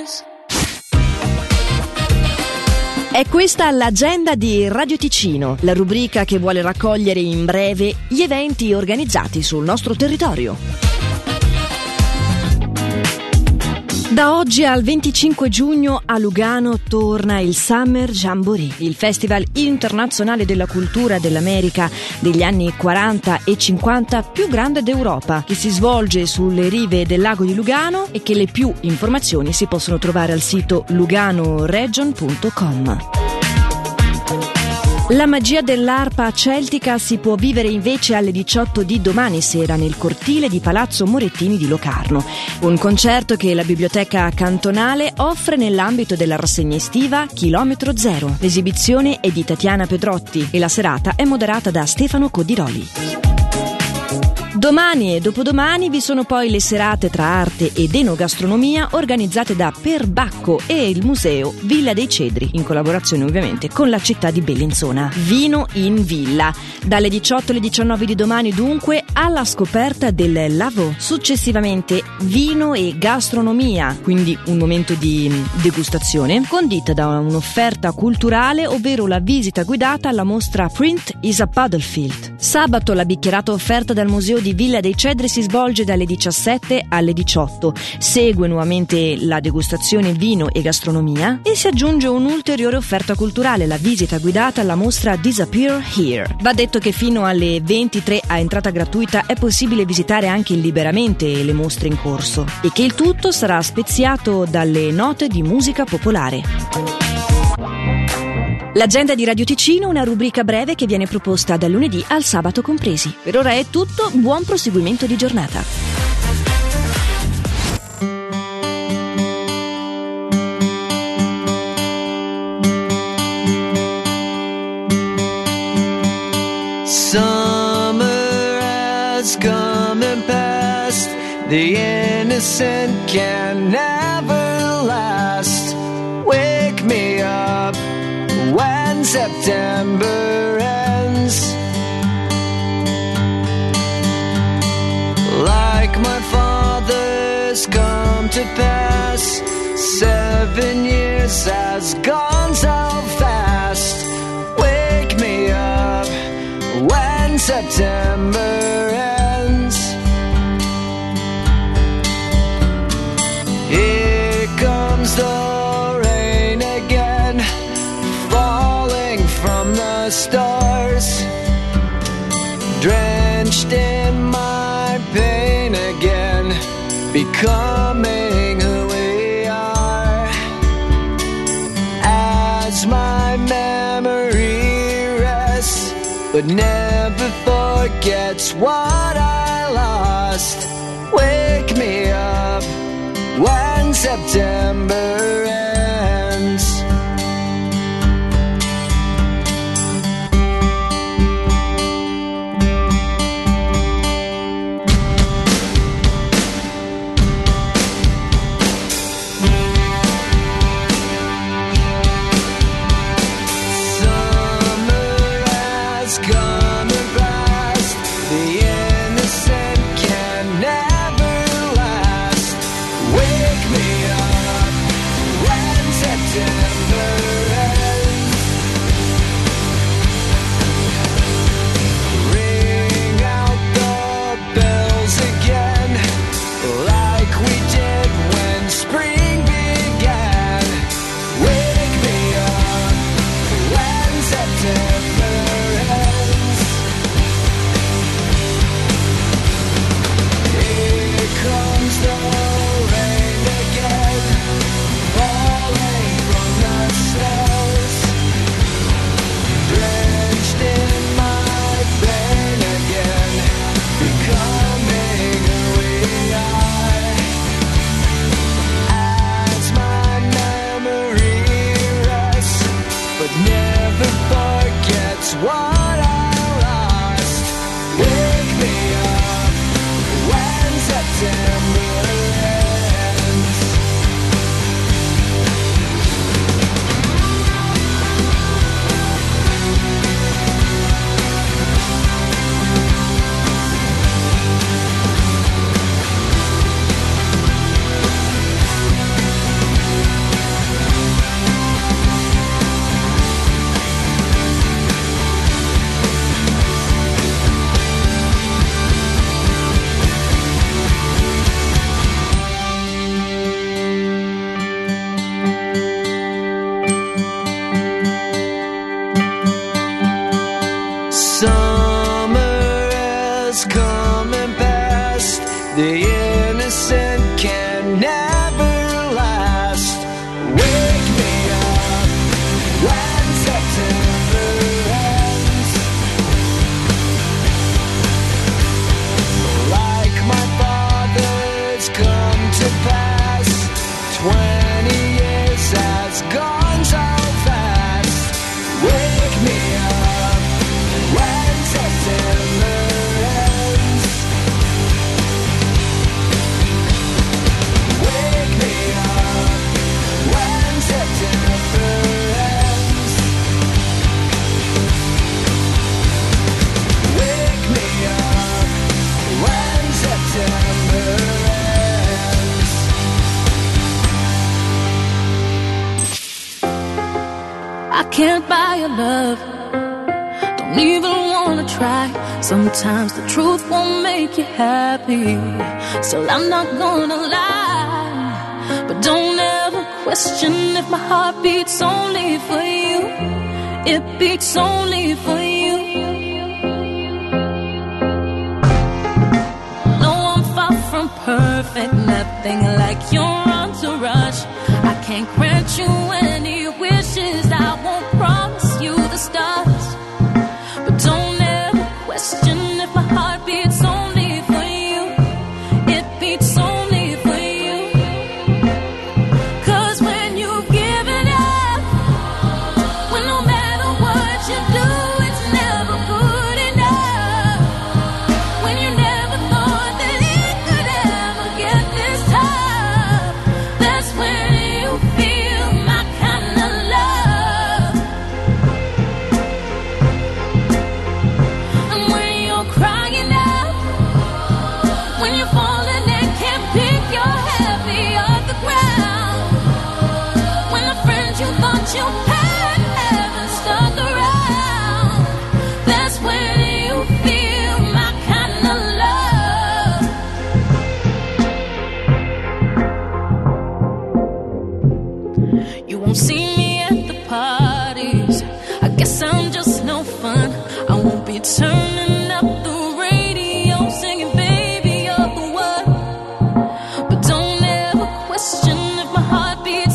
È questa l'agenda di Radio Ticino, la rubrica che vuole raccogliere in breve gli eventi organizzati sul nostro territorio. Da oggi al 25 giugno a Lugano torna il Summer Jamboree, il festival internazionale della cultura dell'America degli anni 40 e 50 più grande d'Europa, che si svolge sulle rive del lago di Lugano e che le più informazioni si possono trovare al sito luganoregion.com. La magia dell'arpa celtica si può vivere invece alle 18 di domani sera nel cortile di Palazzo Morettini di Locarno, un concerto che la Biblioteca Cantonale offre nell'ambito della rassegna estiva Chilometro Zero. L'esibizione è di Tatiana Pedrotti e la serata è moderata da Stefano Codiroli. Domani e dopodomani vi sono poi le serate tra arte ed enogastronomia organizzate da Perbacco e il museo Villa dei Cedri, in collaborazione ovviamente con la città di Bellinzona. Vino in Villa, dalle 18 alle 19 di domani dunque alla scoperta del Lavò. Successivamente vino e gastronomia, quindi un momento di degustazione, condita da un'offerta culturale, ovvero la visita guidata alla mostra Print is a Battlefield. Sabato la bicchierata offerta dal museo di Villa dei Cedri si svolge dalle 17 alle 18. Segue nuovamente la degustazione vino e gastronomia e si aggiunge un'ulteriore offerta culturale, la visita guidata alla mostra Disappear Here. Va detto che fino alle 23 a entrata gratuita è possibile visitare anche liberamente le mostre in corso e che il tutto sarà speziato dalle note di musica popolare. L'agenda di Radio Ticino, una rubrica breve che viene proposta dal lunedì al sabato compresi. Per ora è tutto, buon proseguimento di giornata. Summer has come and passed. The innocent can never last. Wake me up when September ends. Like my father's come to pass, 7 years has gone so fast. Wake me up when September ends. Here comes the rain again, falling from the stars, drenched in my pain again, becoming who we are. As my memory rests, but never forgets what I lost. Wake me up when September ends. Wake me up many years has gone so fast. Wake me up when September ends. Wake me up when September ends. Wake me up when September ends. I can't buy your love, don't even wanna try. Sometimes the truth won't make you happy, so I'm not gonna lie. But don't ever question if my heart beats only for you. It beats only for you. No, I'm far from perfect, nothing like your entourage. I can't grant you any wishes, I won't promise you the stars. But don't ever question if my heart beats only for you. It beats only for you. 'Cause when you give it up, when no matter what you do, it's never good enough. When you never thought that it could ever get this tough, that's when you feel my kind of love. And when you're crying out, when you're falling and can't pick your happy off the ground, when the friends you thought you had haven't stuck around, that's when you feel my kind of love. You won't see me at the parties, I guess I'm just no fun. I won't be turned